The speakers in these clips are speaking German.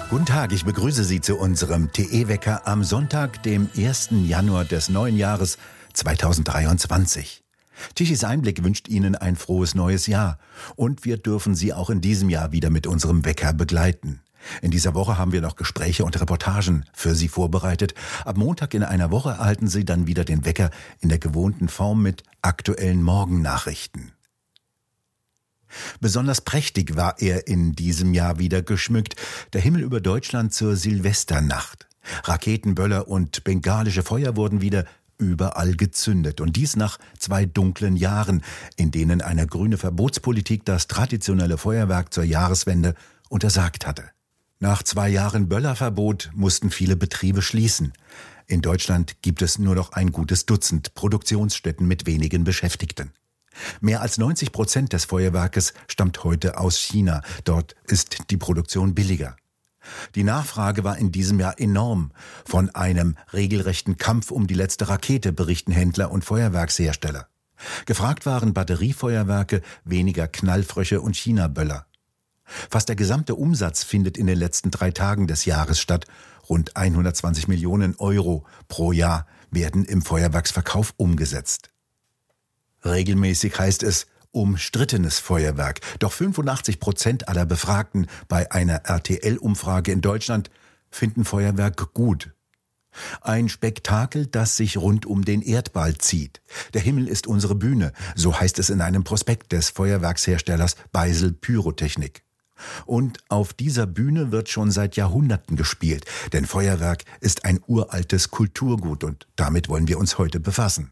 Guten Tag, ich begrüße Sie zu unserem TE-Wecker am Sonntag, dem 1. Januar des neuen Jahres 2023. Tichys Einblick wünscht Ihnen ein frohes neues Jahr und wir dürfen Sie auch in diesem Jahr wieder mit unserem Wecker begleiten. In dieser Woche haben wir noch Gespräche und Reportagen für Sie vorbereitet. Ab Montag in einer Woche erhalten Sie dann wieder den Wecker in der gewohnten Form mit aktuellen Morgennachrichten. Besonders prächtig war er in diesem Jahr wieder geschmückt. Der Himmel über Deutschland zur Silvesternacht. Raketen, Böller und bengalische Feuer wurden wieder überall gezündet. Und dies nach 2 dunklen Jahren, in denen eine grüne Verbotspolitik das traditionelle Feuerwerk zur Jahreswende untersagt hatte. Nach 2 Jahren Böllerverbot mussten viele Betriebe schließen. In Deutschland gibt es nur noch ein gutes Dutzend Produktionsstätten mit wenigen Beschäftigten. Mehr als 90% des Feuerwerkes stammt heute aus China. Dort ist die Produktion billiger. Die Nachfrage war in diesem Jahr enorm. Von einem regelrechten Kampf um die letzte Rakete berichten Händler und Feuerwerkshersteller. Gefragt waren Batteriefeuerwerke, weniger Knallfrösche und China-Böller. Fast der gesamte Umsatz findet in den letzten 3 Tagen des Jahres statt. Rund 120 Millionen Euro pro Jahr werden im Feuerwerksverkauf umgesetzt. Regelmäßig heißt es umstrittenes Feuerwerk. Doch 85% aller Befragten bei einer RTL-Umfrage in Deutschland finden Feuerwerk gut. Ein Spektakel, das sich rund um den Erdball zieht. Der Himmel ist unsere Bühne, so heißt es in einem Prospekt des Feuerwerksherstellers Beisel Pyrotechnik. Und auf dieser Bühne wird schon seit Jahrhunderten gespielt, denn Feuerwerk ist ein uraltes Kulturgut und damit wollen wir uns heute befassen.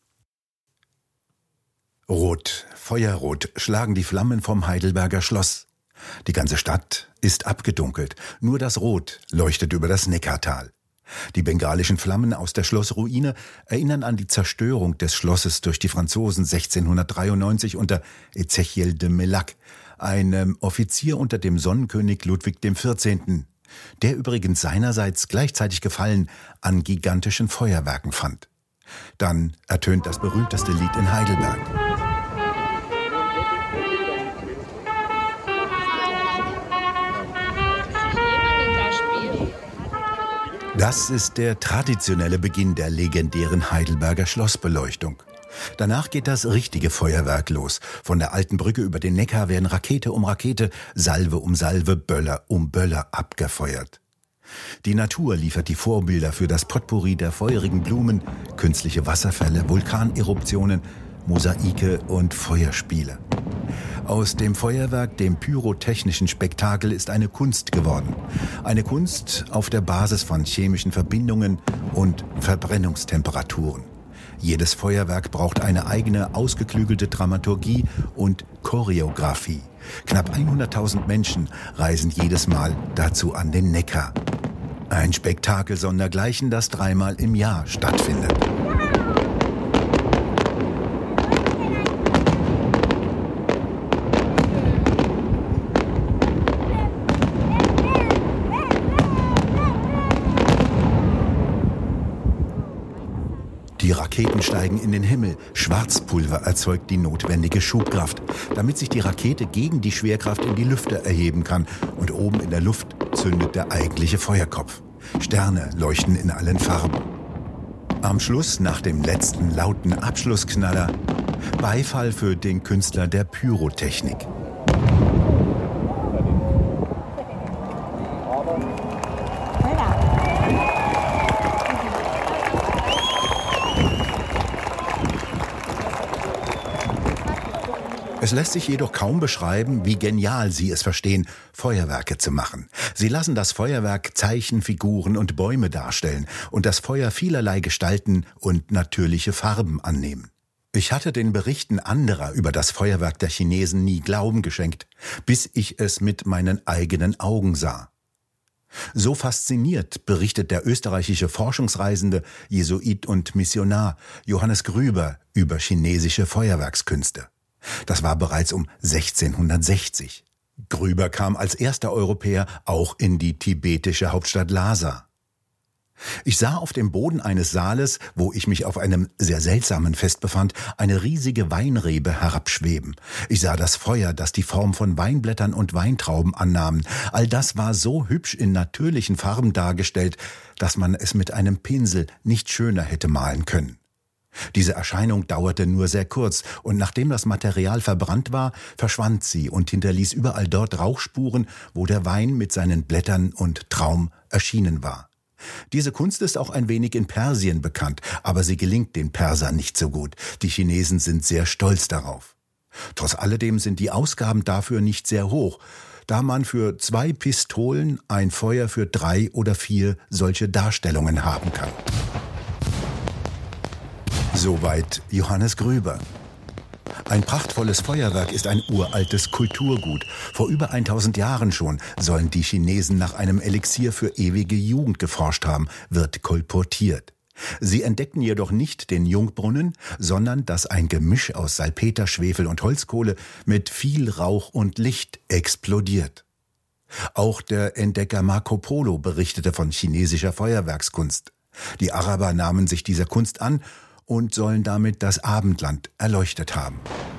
Rot, feuerrot schlagen die Flammen vom Heidelberger Schloss. Die ganze Stadt ist abgedunkelt, nur das Rot leuchtet über das Neckartal. Die bengalischen Flammen aus der Schlossruine erinnern an die Zerstörung des Schlosses durch die Franzosen 1693 unter Ezechiel de Melac, einem Offizier unter dem Sonnenkönig Ludwig XIV., der übrigens seinerseits gleichzeitig Gefallen an gigantischen Feuerwerken fand. Dann ertönt das berühmteste Lied in Heidelberg. Das ist der traditionelle Beginn der legendären Heidelberger Schlossbeleuchtung. Danach geht das richtige Feuerwerk los. Von der alten Brücke über den Neckar werden Rakete um Rakete, Salve um Salve, Böller um Böller abgefeuert. Die Natur liefert die Vorbilder für das Potpourri der feurigen Blumen, künstliche Wasserfälle, Vulkaneruptionen, Mosaike und Feuerspiele. Aus dem Feuerwerk, dem pyrotechnischen Spektakel, ist eine Kunst geworden. Eine Kunst auf der Basis von chemischen Verbindungen und Verbrennungstemperaturen. Jedes Feuerwerk braucht eine eigene, ausgeklügelte Dramaturgie und Choreografie. Knapp 100.000 Menschen reisen jedes Mal dazu an den Neckar. Ein Spektakel sondergleichen, das 3-mal im Jahr stattfindet. Die Raketen steigen in den Himmel. Schwarzpulver erzeugt die notwendige Schubkraft, damit sich die Rakete gegen die Schwerkraft in die Lüfte erheben kann. Und oben in der Luft zündet der eigentliche Feuerkopf. Sterne leuchten in allen Farben. Am Schluss, nach dem letzten lauten Abschlussknaller, Beifall für den Künstler der Pyrotechnik. Es lässt sich jedoch kaum beschreiben, wie genial sie es verstehen, Feuerwerke zu machen. Sie lassen das Feuerwerk Zeichen, Figuren und Bäume darstellen und das Feuer vielerlei Gestalten und natürliche Farben annehmen. Ich hatte den Berichten anderer über das Feuerwerk der Chinesen nie Glauben geschenkt, bis ich es mit meinen eigenen Augen sah. So fasziniert berichtet der österreichische Forschungsreisende, Jesuit und Missionar Johannes Grüber über chinesische Feuerwerkskünste. Das war bereits um 1660. Grüber kam als erster Europäer auch in die tibetische Hauptstadt Lhasa. Ich sah auf dem Boden eines Saales, wo ich mich auf einem sehr seltsamen Fest befand, eine riesige Weinrebe herabschweben. Ich sah das Feuer, das die Form von Weinblättern und Weintrauben annahm. All das war so hübsch in natürlichen Farben dargestellt, dass man es mit einem Pinsel nicht schöner hätte malen können. Diese Erscheinung dauerte nur sehr kurz, und nachdem das Material verbrannt war, verschwand sie und hinterließ überall dort Rauchspuren, wo der Wein mit seinen Blättern und Traum erschienen war. Diese Kunst ist auch ein wenig in Persien bekannt, aber sie gelingt den Persern nicht so gut. Die Chinesen sind sehr stolz darauf. Trotz alledem sind die Ausgaben dafür nicht sehr hoch, da man für 2 Pistolen ein Feuer für 3 oder 4 solche Darstellungen haben kann. Soweit Johannes Grüber. Ein prachtvolles Feuerwerk ist ein uraltes Kulturgut. Vor über 1000 Jahren schon sollen die Chinesen nach einem Elixier für ewige Jugend geforscht haben, wird kolportiert. Sie entdeckten jedoch nicht den Jungbrunnen, sondern dass ein Gemisch aus Salpeter, Schwefel und Holzkohle mit viel Rauch und Licht explodiert. Auch der Entdecker Marco Polo berichtete von chinesischer Feuerwerkskunst. Die Araber nahmen sich dieser Kunst an und sollen damit das Abendland erleuchtet haben.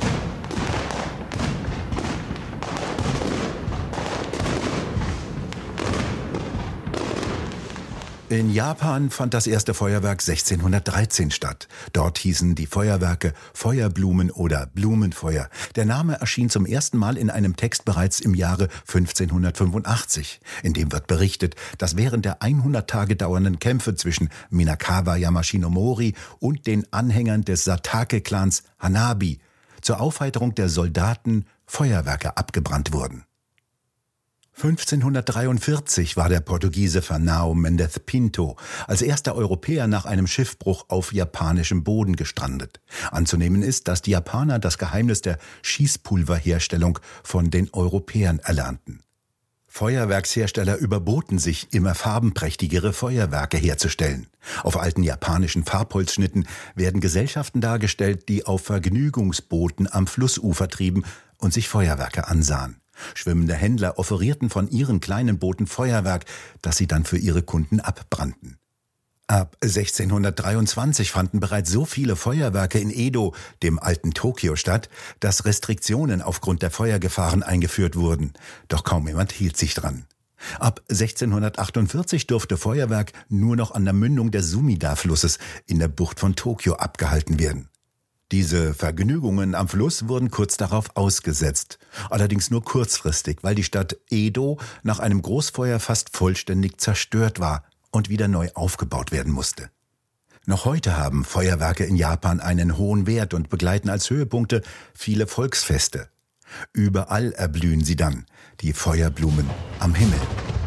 In Japan fand das erste Feuerwerk 1613 statt. Dort hießen die Feuerwerke Feuerblumen oder Blumenfeuer. Der Name erschien zum ersten Mal in einem Text bereits im Jahre 1585. In dem wird berichtet, dass während der 100 Tage dauernden Kämpfe zwischen Minakawa Yamashinomori und den Anhängern des Satake-Clans Hanabi zur Aufheiterung der Soldaten Feuerwerke abgebrannt wurden. 1543 war der Portugiese Fernão Mendes Pinto als erster Europäer nach einem Schiffbruch auf japanischem Boden gestrandet. Anzunehmen ist, dass die Japaner das Geheimnis der Schießpulverherstellung von den Europäern erlernten. Feuerwerkshersteller überboten sich, immer farbenprächtigere Feuerwerke herzustellen. Auf alten japanischen Farbholzschnitten werden Gesellschaften dargestellt, die auf Vergnügungsbooten am Flussufer trieben und sich Feuerwerke ansahen. Schwimmende Händler offerierten von ihren kleinen Booten Feuerwerk, das sie dann für ihre Kunden abbrannten. Ab 1623 fanden bereits so viele Feuerwerke in Edo, dem alten Tokio, statt, dass Restriktionen aufgrund der Feuergefahren eingeführt wurden. Doch kaum jemand hielt sich dran. Ab 1648 durfte Feuerwerk nur noch an der Mündung des Sumida-Flusses in der Bucht von Tokio abgehalten werden. Diese Vergnügungen am Fluss wurden kurz darauf ausgesetzt. Allerdings nur kurzfristig, weil die Stadt Edo nach einem Großfeuer fast vollständig zerstört war und wieder neu aufgebaut werden musste. Noch heute haben Feuerwerke in Japan einen hohen Wert und begleiten als Höhepunkte viele Volksfeste. Überall erblühen sie dann, die Feuerblumen am Himmel.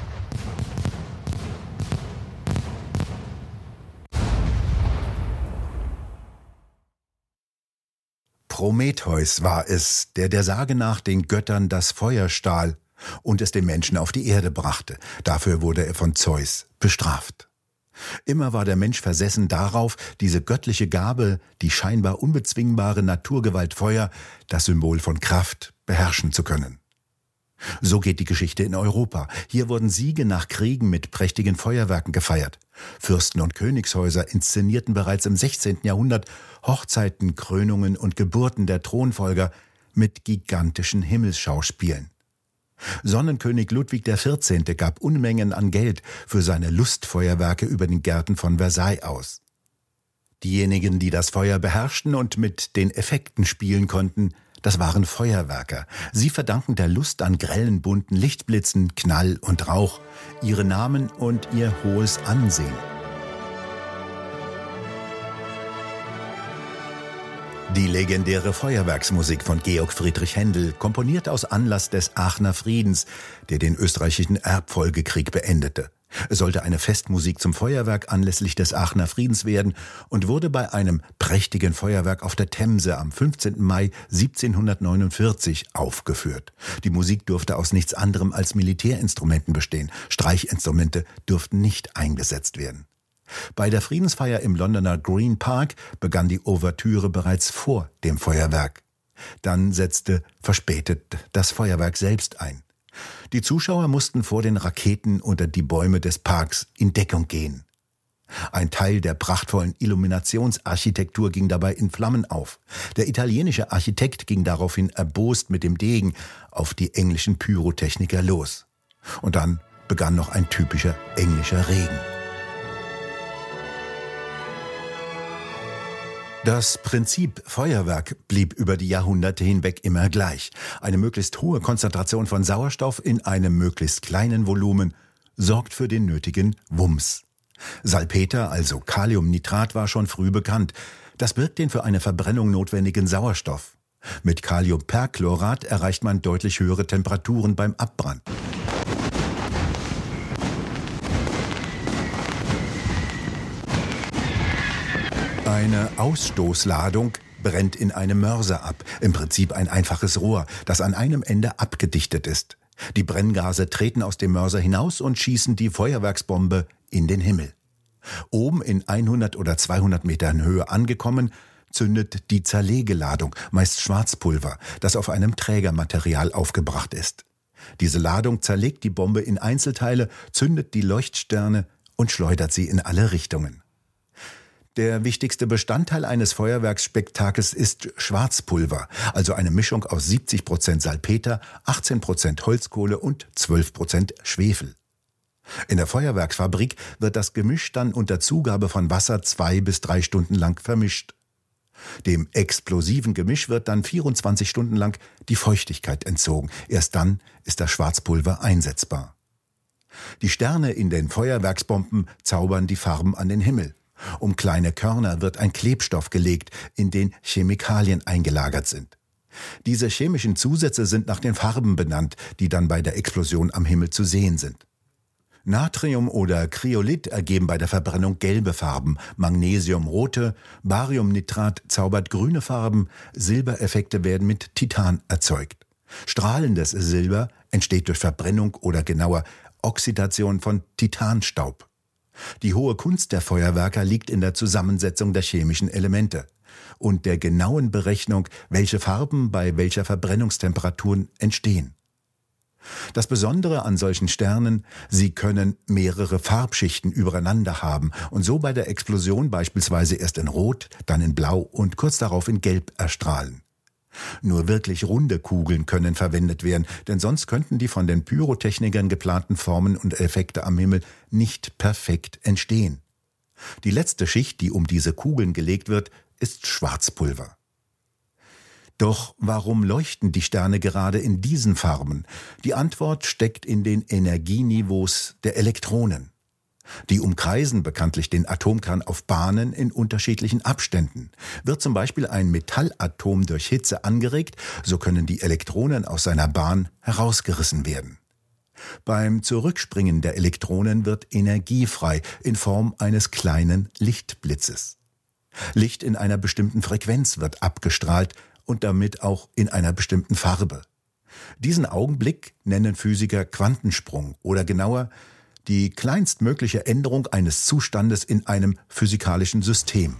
Prometheus war es, der der Sage nach den Göttern das Feuer stahl und es den Menschen auf die Erde brachte. Dafür wurde er von Zeus bestraft. Immer war der Mensch versessen darauf, diese göttliche Gabe, die scheinbar unbezwingbare Naturgewalt Feuer, das Symbol von Kraft, beherrschen zu können. So geht die Geschichte in Europa. Hier wurden Siege nach Kriegen mit prächtigen Feuerwerken gefeiert. Fürsten und Königshäuser inszenierten bereits im 16. Jahrhundert Hochzeiten, Krönungen und Geburten der Thronfolger mit gigantischen Himmelsschauspielen. Sonnenkönig Ludwig XIV. Gab Unmengen an Geld für seine Lustfeuerwerke über den Gärten von Versailles aus. Diejenigen, die das Feuer beherrschten und mit den Effekten spielen konnten, das waren Feuerwerker. Sie verdanken der Lust an grellen, bunten Lichtblitzen, Knall und Rauch, ihre Namen und ihr hohes Ansehen. Die legendäre Feuerwerksmusik von Georg Friedrich Händel, komponiert aus Anlass des Aachener Friedens, der den österreichischen Erbfolgekrieg beendete. Es sollte eine Festmusik zum Feuerwerk anlässlich des Aachener Friedens werden und wurde bei einem prächtigen Feuerwerk auf der Themse am 15. Mai 1749 aufgeführt. Die Musik durfte aus nichts anderem als Militärinstrumenten bestehen. Streichinstrumente durften nicht eingesetzt werden. Bei der Friedensfeier im Londoner Green Park begann die Ouvertüre bereits vor dem Feuerwerk. Dann setzte verspätet das Feuerwerk selbst ein. Die Zuschauer mussten vor den Raketen unter die Bäume des Parks in Deckung gehen. Ein Teil der prachtvollen Illuminationsarchitektur ging dabei in Flammen auf. Der italienische Architekt ging daraufhin erbost mit dem Degen auf die englischen Pyrotechniker los. Und dann begann noch ein typischer englischer Regen. Das Prinzip Feuerwerk blieb über die Jahrhunderte hinweg immer gleich. Eine möglichst hohe Konzentration von Sauerstoff in einem möglichst kleinen Volumen sorgt für den nötigen Wumms. Salpeter, also Kaliumnitrat, war schon früh bekannt. Das birgt den für eine Verbrennung notwendigen Sauerstoff. Mit Kaliumperchlorat erreicht man deutlich höhere Temperaturen beim Abbrand. Eine Ausstoßladung brennt in einem Mörser ab, im Prinzip ein einfaches Rohr, das an einem Ende abgedichtet ist. Die Brenngase treten aus dem Mörser hinaus und schießen die Feuerwerksbombe in den Himmel. Oben in 100 oder 200 Metern Höhe angekommen, zündet die Zerlegeladung, meist Schwarzpulver, das auf einem Trägermaterial aufgebracht ist. Diese Ladung zerlegt die Bombe in Einzelteile, zündet die Leuchtsterne und schleudert sie in alle Richtungen. Der wichtigste Bestandteil eines Feuerwerksspektakels ist Schwarzpulver, also eine Mischung aus 70% Salpeter, 18% Holzkohle und 12% Schwefel. In der Feuerwerksfabrik wird das Gemisch dann unter Zugabe von Wasser 2 bis 3 Stunden lang vermischt. Dem explosiven Gemisch wird dann 24 Stunden lang die Feuchtigkeit entzogen. Erst dann ist das Schwarzpulver einsetzbar. Die Sterne in den Feuerwerksbomben zaubern die Farben an den Himmel. Um kleine Körner wird ein Klebstoff gelegt, in den Chemikalien eingelagert sind. Diese chemischen Zusätze sind nach den Farben benannt, die dann bei der Explosion am Himmel zu sehen sind. Natrium oder Kryolit ergeben bei der Verbrennung gelbe Farben, Magnesium rote, Bariumnitrat zaubert grüne Farben, Silbereffekte werden mit Titan erzeugt. Strahlendes Silber entsteht durch Verbrennung oder genauer Oxidation von Titanstaub. Die hohe Kunst der Feuerwerker liegt in der Zusammensetzung der chemischen Elemente und der genauen Berechnung, welche Farben bei welcher Verbrennungstemperatur entstehen. Das Besondere an solchen Sternen, sie können mehrere Farbschichten übereinander haben und so bei der Explosion beispielsweise erst in Rot, dann in Blau und kurz darauf in Gelb erstrahlen. Nur wirklich runde Kugeln können verwendet werden, denn sonst könnten die von den Pyrotechnikern geplanten Formen und Effekte am Himmel nicht perfekt entstehen. Die letzte Schicht, die um diese Kugeln gelegt wird, ist Schwarzpulver. Doch warum leuchten die Sterne gerade in diesen Farben? Die Antwort steckt in den Energieniveaus der Elektronen. Die umkreisen bekanntlich den Atomkern auf Bahnen in unterschiedlichen Abständen. Wird zum Beispiel ein Metallatom durch Hitze angeregt, so können die Elektronen aus seiner Bahn herausgerissen werden. Beim Zurückspringen der Elektronen wird Energie frei in Form eines kleinen Lichtblitzes. Licht in einer bestimmten Frequenz wird abgestrahlt und damit auch in einer bestimmten Farbe. Diesen Augenblick nennen Physiker Quantensprung oder genauer die kleinstmögliche Änderung eines Zustandes in einem physikalischen System.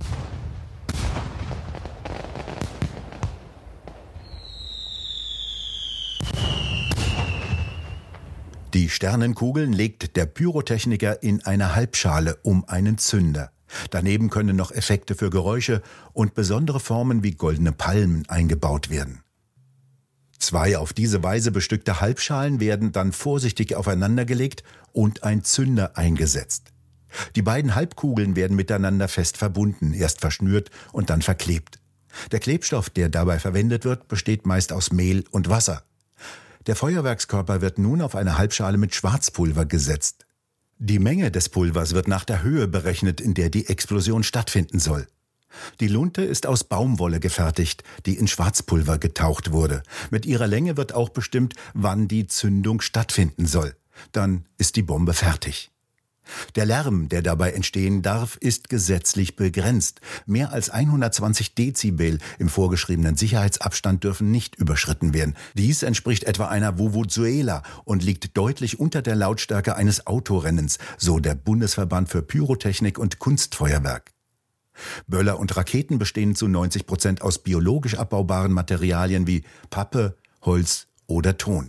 Die Sternenkugeln legt der Pyrotechniker in eine Halbschale um einen Zünder. Daneben können noch Effekte für Geräusche und besondere Formen wie goldene Palmen eingebaut werden. 2 auf diese Weise bestückte Halbschalen werden dann vorsichtig aufeinandergelegt und ein Zünder eingesetzt. Die beiden Halbkugeln werden miteinander fest verbunden, erst verschnürt und dann verklebt. Der Klebstoff, der dabei verwendet wird, besteht meist aus Mehl und Wasser. Der Feuerwerkskörper wird nun auf eine Halbschale mit Schwarzpulver gesetzt. Die Menge des Pulvers wird nach der Höhe berechnet, in der die Explosion stattfinden soll. Die Lunte ist aus Baumwolle gefertigt, die in Schwarzpulver getaucht wurde. Mit ihrer Länge wird auch bestimmt, wann die Zündung stattfinden soll. Dann ist die Bombe fertig. Der Lärm, der dabei entstehen darf, ist gesetzlich begrenzt. Mehr als 120 Dezibel im vorgeschriebenen Sicherheitsabstand dürfen nicht überschritten werden. Dies entspricht etwa einer Vuvuzuela und liegt deutlich unter der Lautstärke eines Autorennens, so der Bundesverband für Pyrotechnik und Kunstfeuerwerk. Böller und Raketen bestehen zu 90% aus biologisch abbaubaren Materialien wie Pappe, Holz oder Ton.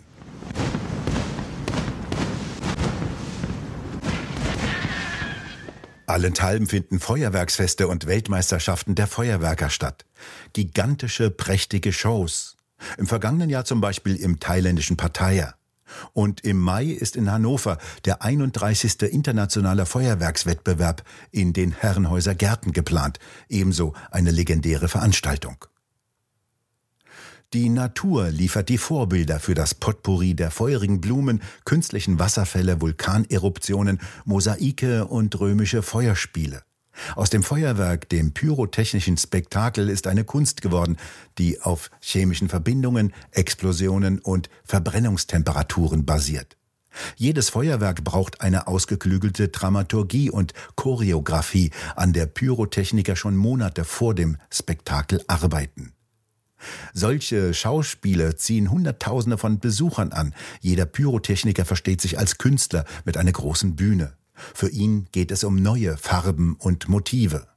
Allenthalben finden Feuerwerksfeste und Weltmeisterschaften der Feuerwerker statt. Gigantische, prächtige Shows. Im vergangenen Jahr zum Beispiel im thailändischen Pattaya. Und im Mai ist in Hannover der 31. internationale Feuerwerkswettbewerb in den Herrenhäuser Gärten geplant. Ebenso eine legendäre Veranstaltung. Die Natur liefert die Vorbilder für das Potpourri der feurigen Blumen, künstlichen Wasserfälle, Vulkaneruptionen, Mosaike und römische Feuerspiele. Aus dem Feuerwerk, dem pyrotechnischen Spektakel, ist eine Kunst geworden, die auf chemischen Verbindungen, Explosionen und Verbrennungstemperaturen basiert. Jedes Feuerwerk braucht eine ausgeklügelte Dramaturgie und Choreografie, an der Pyrotechniker schon Monate vor dem Spektakel arbeiten. Solche Schauspiele ziehen Hunderttausende von Besuchern an. Jeder Pyrotechniker versteht sich als Künstler mit einer großen Bühne. Für ihn geht es um neue Farben und Motive.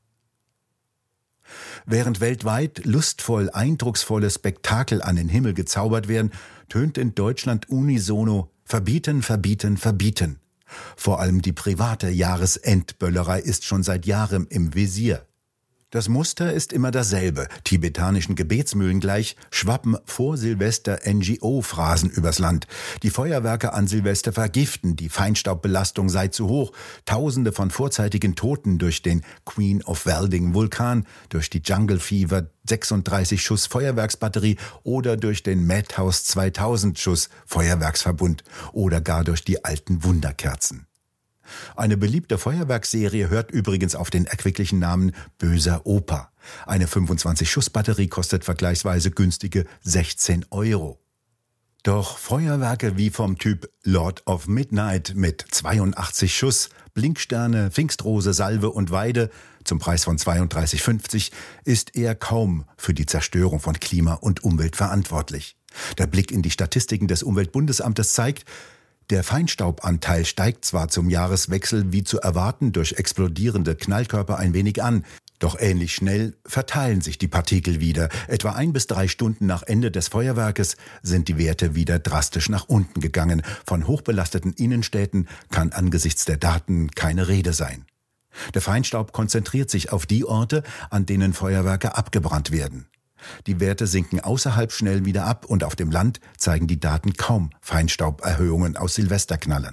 Während weltweit lustvoll eindrucksvolle Spektakel an den Himmel gezaubert werden, tönt in Deutschland unisono: Verbieten, verbieten, verbieten. Vor allem die private Jahresendböllerei ist schon seit Jahren im Visier. Das Muster ist immer dasselbe. Tibetanischen Gebetsmühlen gleich schwappen vor Silvester NGO-Phrasen übers Land. Die Feuerwerke an Silvester vergiften, die Feinstaubbelastung sei zu hoch. Tausende von vorzeitigen Toten durch den Queen of Welding Vulkan, durch die Jungle Fever 36 Schuss Feuerwerksbatterie oder durch den Madhouse 2000 Schuss Feuerwerksverbund oder gar durch die alten Wunderkerzen. Eine beliebte Feuerwerksserie hört übrigens auf den erquicklichen Namen Böser Opa. Eine 25-Schuss-Batterie kostet vergleichsweise günstige 16 €. Doch Feuerwerke wie vom Typ Lord of Midnight mit 82 Schuss, Blinksterne, Pfingstrose, Salve und Weide zum Preis von 32,50 ist eher kaum für die Zerstörung von Klima und Umwelt verantwortlich. Der Blick in die Statistiken des Umweltbundesamtes zeigt, der Feinstaubanteil steigt zwar zum Jahreswechsel wie zu erwarten durch explodierende Knallkörper ein wenig an, doch ähnlich schnell verteilen sich die Partikel wieder. Etwa 1 bis 3 Stunden nach Ende des Feuerwerkes sind die Werte wieder drastisch nach unten gegangen. Von hochbelasteten Innenstädten kann angesichts der Daten keine Rede sein. Der Feinstaub konzentriert sich auf die Orte, an denen Feuerwerke abgebrannt werden. Die Werte sinken außerhalb schnell wieder ab und auf dem Land zeigen die Daten kaum Feinstauberhöhungen aus Silvesterknallern.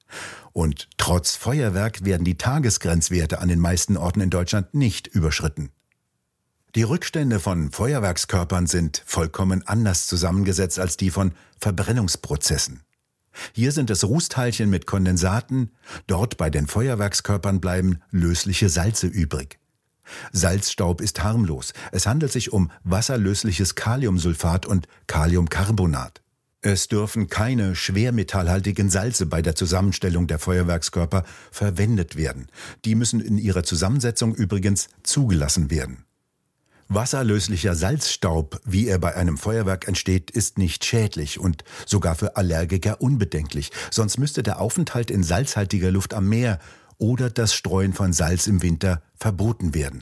Und trotz Feuerwerk werden die Tagesgrenzwerte an den meisten Orten in Deutschland nicht überschritten. Die Rückstände von Feuerwerkskörpern sind vollkommen anders zusammengesetzt als die von Verbrennungsprozessen. Hier sind es Rußteilchen mit Kondensaten, dort bei den Feuerwerkskörpern bleiben lösliche Salze übrig. Salzstaub ist harmlos. Es handelt sich um wasserlösliches Kaliumsulfat und Kaliumcarbonat. Es dürfen keine schwermetallhaltigen Salze bei der Zusammenstellung der Feuerwerkskörper verwendet werden. Die müssen in ihrer Zusammensetzung übrigens zugelassen werden. Wasserlöslicher Salzstaub, wie er bei einem Feuerwerk entsteht, ist nicht schädlich und sogar für Allergiker unbedenklich. Sonst müsste der Aufenthalt in salzhaltiger Luft am Meer oder das Streuen von Salz im Winter verboten werden.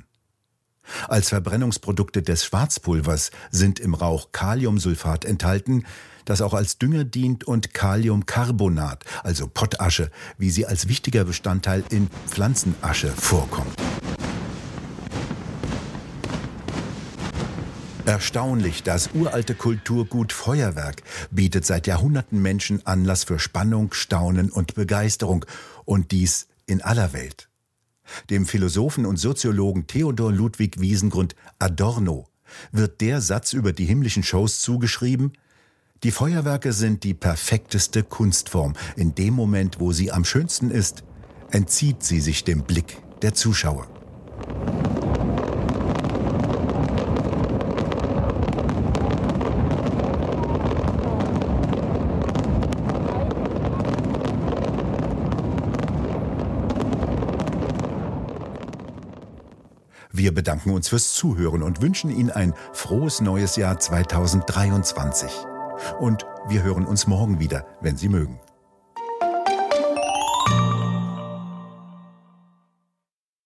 Als Verbrennungsprodukte des Schwarzpulvers sind im Rauch Kaliumsulfat enthalten, das auch als Dünger dient, und Kaliumcarbonat, also Pottasche, wie sie als wichtiger Bestandteil in Pflanzenasche vorkommt. Erstaunlich, das uralte Kulturgut Feuerwerk bietet seit Jahrhunderten Menschen Anlass für Spannung, Staunen und Begeisterung, und dies in aller Welt. Dem Philosophen und Soziologen Theodor Ludwig Wiesengrund Adorno wird der Satz über die himmlischen Shows zugeschrieben: Die Feuerwerke sind die perfekteste Kunstform. In dem Moment, wo sie am schönsten ist, entzieht sie sich dem Blick der Zuschauer. Wir bedanken uns fürs Zuhören und wünschen Ihnen ein frohes neues Jahr 2023. Und wir hören uns morgen wieder, wenn Sie mögen.